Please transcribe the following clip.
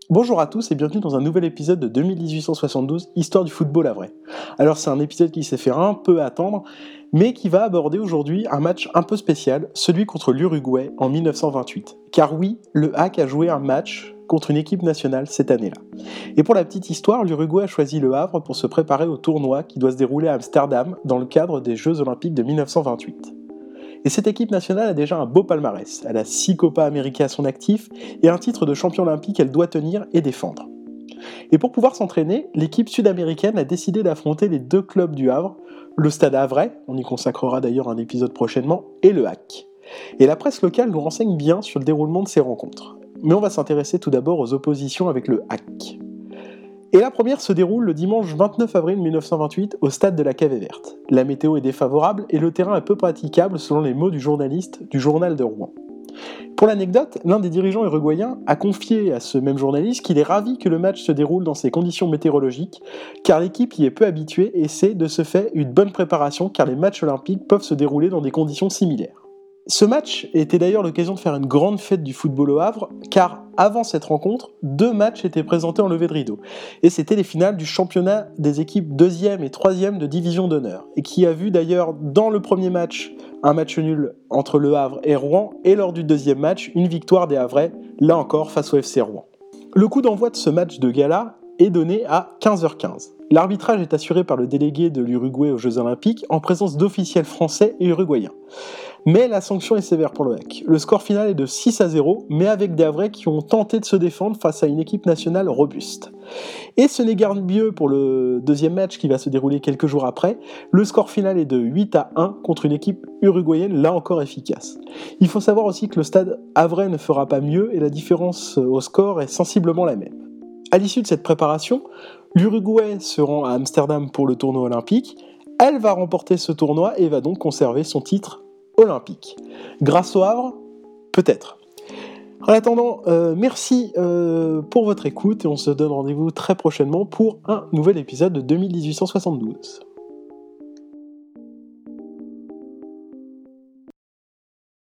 Bonjour à tous et bienvenue dans un nouvel épisode de 2872, Histoire du football à vrai. Alors c'est un épisode qui s'est fait un peu attendre, mais qui va aborder aujourd'hui un match un peu spécial, celui contre l'Uruguay en 1928. Car oui, le HAC a joué un match contre une équipe nationale cette année-là. Et pour la petite histoire, l'Uruguay a choisi Le Havre pour se préparer au tournoi qui doit se dérouler à Amsterdam dans le cadre des Jeux Olympiques de 1928. Et cette équipe nationale a déjà un beau palmarès. Elle a 6 Copa América à son actif et un titre de champion olympique qu'elle doit tenir et défendre. Et pour pouvoir s'entraîner, l'équipe sud-américaine a décidé d'affronter les deux clubs du Havre, le Stade Havrais, on y consacrera d'ailleurs un épisode prochainement, et le HAC. Et la presse locale nous renseigne bien sur le déroulement de ces rencontres. Mais on va s'intéresser tout d'abord aux oppositions avec le HAC. Et la première se déroule le dimanche 29 avril 1928 au stade de la Cavée Verte. La météo est défavorable et le terrain est peu praticable selon les mots du journaliste du journal de Rouen. Pour l'anecdote, l'un des dirigeants uruguayens a confié à ce même journaliste qu'il est ravi que le match se déroule dans ces conditions météorologiques, car l'équipe y est peu habituée et c'est de ce fait une bonne préparation car les matchs olympiques peuvent se dérouler dans des conditions similaires. Ce match était d'ailleurs l'occasion de faire une grande fête du football au Havre, car avant cette rencontre, 2 matchs étaient présentés en levée de rideau. Et c'était les finales du championnat des équipes 2e et 3e de division d'honneur, et qui a vu d'ailleurs dans le premier match un match nul entre Le Havre et Rouen, et lors du deuxième match, une victoire des Havrais, là encore face au FC Rouen. Le coup d'envoi de ce match de gala est donné à 15h15. L'arbitrage est assuré par le délégué de l'Uruguay aux Jeux Olympiques, en présence d'officiels français et uruguayens. Mais la sanction est sévère pour le HAC. Le score final est de 6-0, mais avec des Havrais qui ont tenté de se défendre face à une équipe nationale robuste. Et ce n'est guère mieux pour le deuxième match qui va se dérouler quelques jours après. Le score final est de 8-1 contre une équipe uruguayenne là encore efficace. Il faut savoir aussi que le stade havrais ne fera pas mieux et la différence au score est sensiblement la même. À l'issue de cette préparation, l'Uruguay se rend à Amsterdam pour le tournoi olympique. Elle va remporter ce tournoi et va donc conserver son titre olympique. Grâce au Havre, peut-être. En attendant, merci pour votre écoute et on se donne rendez-vous très prochainement pour un nouvel épisode de 2872.